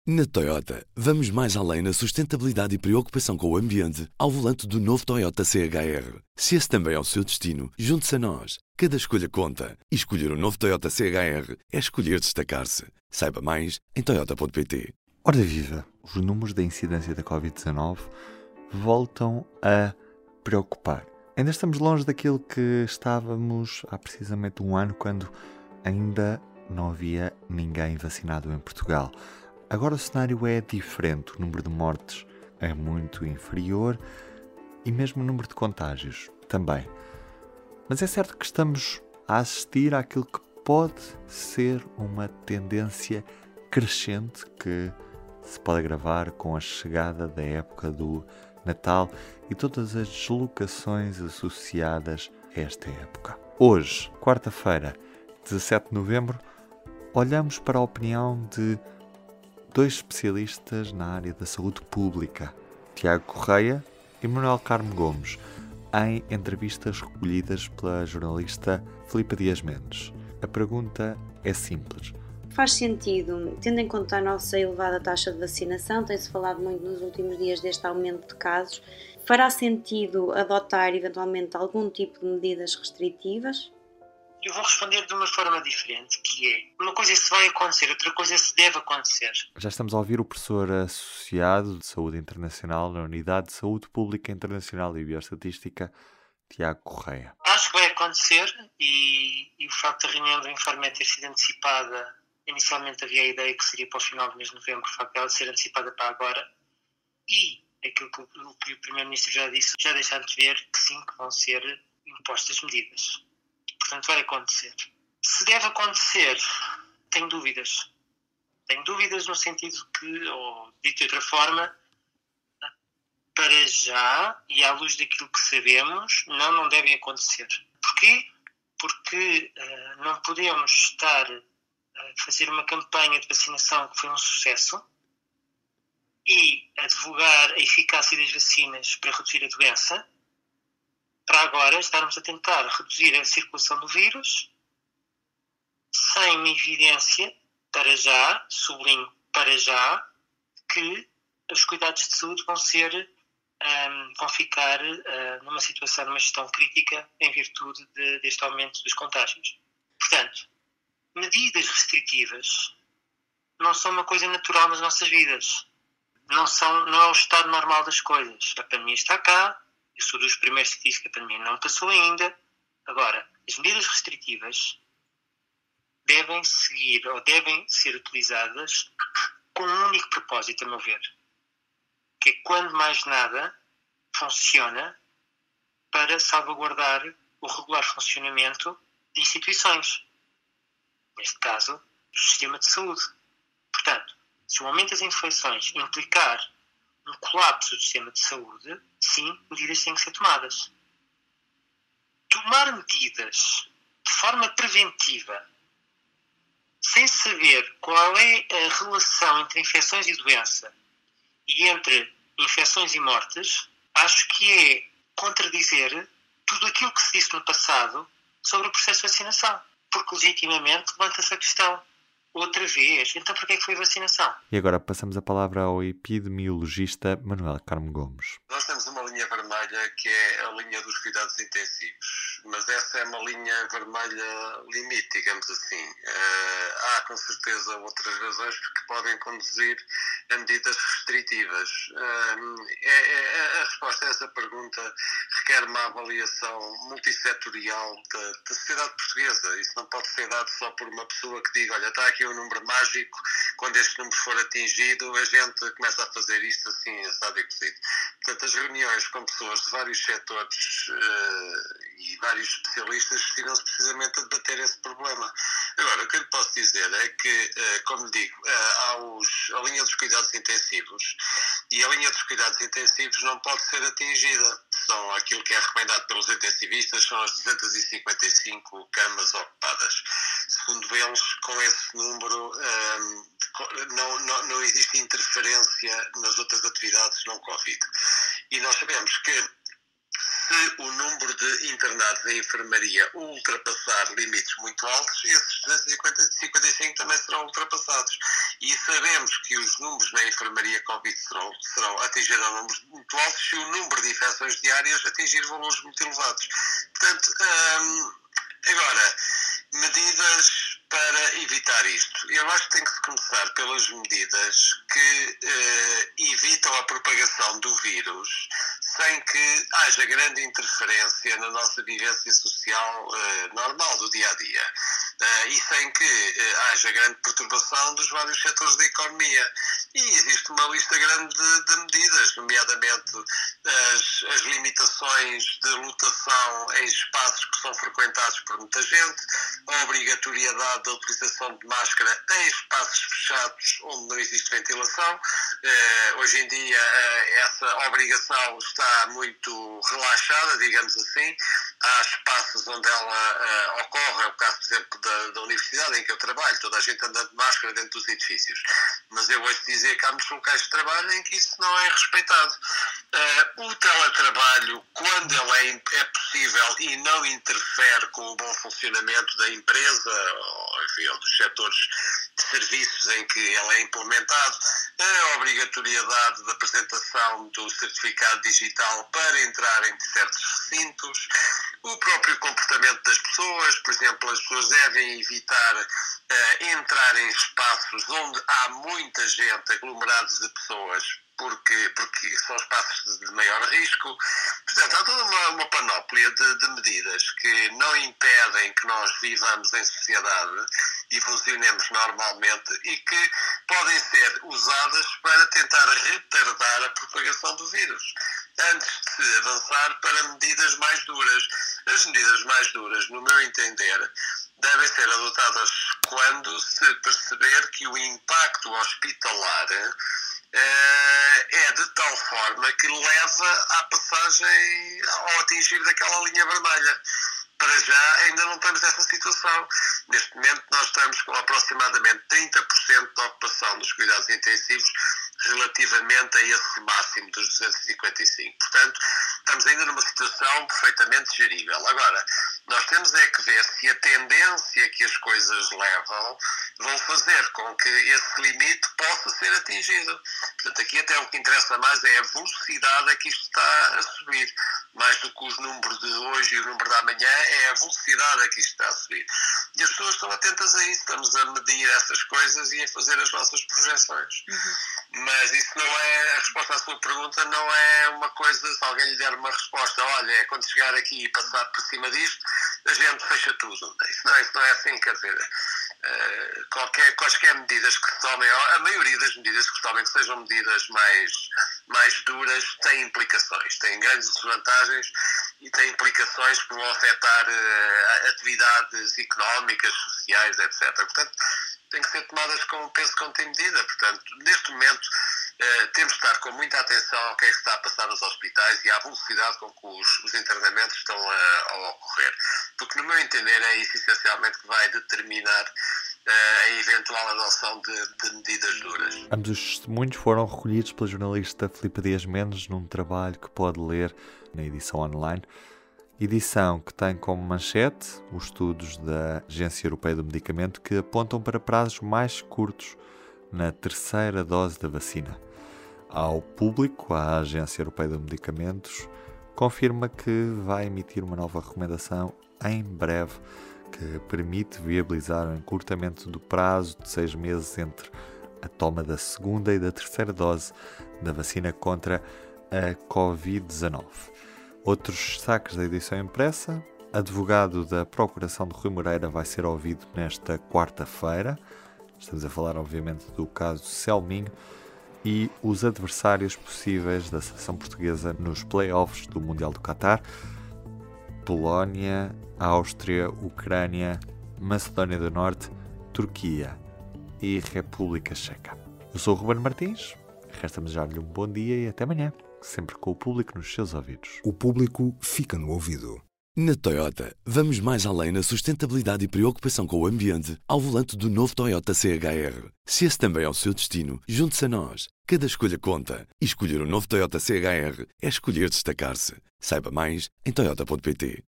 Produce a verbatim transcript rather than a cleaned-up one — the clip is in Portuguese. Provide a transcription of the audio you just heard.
Na Toyota, vamos mais além na sustentabilidade e preocupação com o ambiente ao volante do novo Toyota C H R. Se esse também é o seu destino, junte-se a nós. Cada escolha conta. E escolher o novo Toyota C H R é escolher destacar-se. Saiba mais em toyota ponto pt. Ora viva, os números da incidência da covid dezanove voltam a preocupar. Ainda estamos longe daquilo que estávamos há precisamente um ano, quando ainda não havia ninguém vacinado em Portugal. Agora o cenário é diferente, o número de mortes é muito inferior e mesmo o número de contágios também. Mas é certo que estamos a assistir àquilo que pode ser uma tendência crescente que se pode agravar com a chegada da época do Natal e todas as deslocações associadas a esta época. Hoje, quarta-feira, dezassete de novembro, olhamos para a opinião de dois especialistas na área da saúde pública, Tiago Correia e Manuel Carmo Gomes, em entrevistas recolhidas pela jornalista Filipa Dias Mendes. A pergunta é simples. Faz sentido, tendo em conta a nossa elevada taxa de vacinação, tem-se falado muito nos últimos dias deste aumento de casos, fará sentido adotar eventualmente algum tipo de medidas restritivas? Eu vou responder de uma forma diferente, que é, uma coisa é se vai acontecer, outra coisa é se deve acontecer. Já estamos a ouvir o professor associado de Saúde Internacional na Unidade de Saúde Pública Internacional e Bioestatística, Tiago Correia. Acho que vai acontecer e, e o facto da reunião do Infarmed ter sido antecipada, inicialmente havia a ideia que seria para o final do mês de novembro, o facto de ela ser antecipada para agora, e aquilo que o, que o Primeiro-Ministro já disse, já deixaram de ver que sim, que vão ser impostas medidas. Portanto, vai acontecer. Se deve acontecer, tenho dúvidas. Tenho dúvidas no sentido que, ou dito de outra forma, para já, e à luz daquilo que sabemos, não, não devem acontecer. Porquê? Porque uh, não podemos estar a fazer uma campanha de vacinação que foi um sucesso e a divulgar a eficácia das vacinas para reduzir a doença, para agora estarmos a tentar reduzir a circulação do vírus sem uma evidência, para já, sublinho, para já, que os cuidados de saúde vão ser, um, vão ficar uh, numa situação, numa gestão crítica em virtude de, deste aumento dos contágios. Portanto, medidas restritivas não são uma coisa natural nas nossas vidas. Não, são, não é o estado normal das coisas. A pandemia está cá. Eu sou dos primeiros que diz que a pandemia não passou ainda. Agora, as medidas restritivas devem seguir ou devem ser utilizadas com um único propósito, a meu ver, que é, quando mais nada, funciona para salvaguardar o regular funcionamento de instituições. Neste caso, do sistema de saúde. Portanto, se o aumento das infecções implicar um colapso do sistema de saúde, sim, medidas têm que ser tomadas. Tomar medidas de forma preventiva, sem saber qual é a relação entre infecções e doença e entre infecções e mortes, acho que é contradizer tudo aquilo que se disse no passado sobre o processo de vacinação. Porque, legitimamente, levanta-se a questão. Outra vez, então para que é que foi a vacinação? E agora passamos a palavra ao epidemiologista Manuel Carmo Gomes. Nós temos uma linha vermelha que é a linha dos cuidados intensivos, mas essa é uma linha vermelha limite, digamos assim. Uh, há com certeza outras razões que podem conduzir a medidas restritivas. Uh, é, é, a resposta a essa pergunta requer uma avaliação multissetorial da, da sociedade portuguesa. Isso não pode ser dado só por uma pessoa que diga, olha, está aqui um número mágico, quando este número for atingido, a gente começa a fazer isto assim, assado e cozido. Portanto, as reuniões com pessoas de vários setores uh, e vários especialistas destinam-se precisamente a debater esse problema. Agora, o que eu lhe posso dizer é que, uh, como lhe digo, uh, há os, a linha dos cuidados intensivos, e a linha dos cuidados intensivos não pode ser atingida. São aquilo que é recomendado pelos intensivistas, são as duzentas e cinquenta e cinco camas ocupadas. Segundo eles, com esse número um, não, não, não existe interferência nas outras atividades não Covid. E nós sabemos que se o número de internados em enfermaria ultrapassar limites muito altos, esses duzentos e cinquenta e cinco também serão ultrapassados. E sabemos que os números na enfermaria Covid serão, serão atingirão números muito altos se o número de infecções diárias atingir valores muito elevados. Portanto, hum, agora, medidas para evitar isto. Eu acho que tem que se começar pelas medidas que eh, evitam a propagação do vírus sem que haja grande interferência na nossa vivência social eh, normal do dia-a-dia eh, e sem que eh, haja grande perturbação dos vários setores da economia. E existe uma lista grande de, de medidas, nomeadamente as, as limitações de lotação em espaços que são frequentados por muita gente, a obrigatoriedade da utilização de máscara em espaços fechados onde não existe ventilação. Eh, hoje em dia eh, essa obrigação está muito relaxada, digamos assim. Há espaços onde ela eh, ocorre, é o caso, por exemplo, da, da universidade em que eu trabalho, toda a gente anda de máscara dentro dos edifícios. Mas eu ouço dizer que há muitos locais de trabalho em que isso não é respeitado. Uh, o teletrabalho, quando ele é, é possível e não interfere com o bom funcionamento da empresa, ou, enfim, ou dos setores de serviços em que ele é implementado, a obrigatoriedade da apresentação do certificado digital para entrar em certos recintos, o próprio comportamento das pessoas, por exemplo, as pessoas devem evitar uh, entrar em espaços onde há muita gente, aglomerados de pessoas, porque, porque são espaços de maior risco. Portanto, há toda uma, uma panóplia de, de medidas que não impedem que nós vivamos em sociedade e funcionemos normalmente e que podem ser usadas para tentar retardar a propagação do vírus, antes de se avançar para medidas mais duras. As medidas mais duras, no meu entender, devem ser adotadas quando se perceber que o impacto hospitalar é de tal forma que leva à passagem, ao atingir daquela linha vermelha. Para já ainda não temos essa situação. Neste momento nós estamos com aproximadamente trinta por cento da ocupação dos cuidados intensivos relativamente a esse máximo dos duzentos e cinquenta e cinco. Portanto, estamos ainda numa situação perfeitamente gerível. Agora, nós temos é que ver se a tendência que as coisas levam vão fazer com que esse limite possa ser atingido. Portanto, aqui até o que interessa mais é a velocidade a que isto está a subir. Mais do que os números de hoje e o número de amanhã, é a velocidade a que isto está a subir. E as pessoas estão atentas a isso. Estamos a medir essas coisas e a fazer as nossas projeções. Uhum. Mas isso não é, a resposta à sua pergunta não é uma coisa, se alguém lhe der uma resposta, olha, é quando chegar aqui e passar por cima disto, a gente fecha tudo. Isso não, isso não é assim, quer dizer, uh, qualquer, quaisquer medidas que se tomem, a maioria das medidas que se tomem, que sejam medidas mais, mais duras, têm implicações, têm grandes desvantagens e têm implicações que vão afetar uh, atividades económicas, sociais, etcétera. Portanto, têm que ser tomadas com peso conta e medida. Portanto, neste momento, eh, temos de estar com muita atenção ao que é que está a passar nos hospitais e à velocidade com que os, os internamentos estão a, a ocorrer. Porque, no meu entender, é isso essencialmente que vai determinar eh, a eventual adoção de, de medidas duras. Ambos os testemunhos foram recolhidos pela jornalista Filipa Dias Mendes num trabalho que pode ler na edição online. Edição que tem como manchete os estudos da Agência Europeia do Medicamento que apontam para prazos mais curtos na terceira dose da vacina. Ao público, a Agência Europeia de Medicamentos confirma que vai emitir uma nova recomendação em breve que permite viabilizar o encurtamento do prazo de seis meses entre a toma da segunda e da terceira dose da vacina contra a covid dezanove. Outros destaques da edição impressa: advogado da Procuração de Rui Moreira vai ser ouvido nesta quarta-feira. Estamos a falar, obviamente, do caso Selminho e os adversários possíveis da seleção portuguesa nos play-offs do Mundial do Qatar: Polónia, Áustria, Ucrânia, Macedónia do Norte, Turquia e República Checa. Eu sou o Ruben Martins, resta-me desejar-lhe um bom dia e até amanhã, sempre com o público nos seus ouvidos. O público fica no ouvido. Na Toyota, vamos mais além na sustentabilidade e preocupação com o ambiente ao volante do novo Toyota C H R. Se esse também é o seu destino, junte-se a nós. Cada escolha conta. E escolher o novo Toyota C H R é escolher destacar-se. Saiba mais em toyota ponto pt.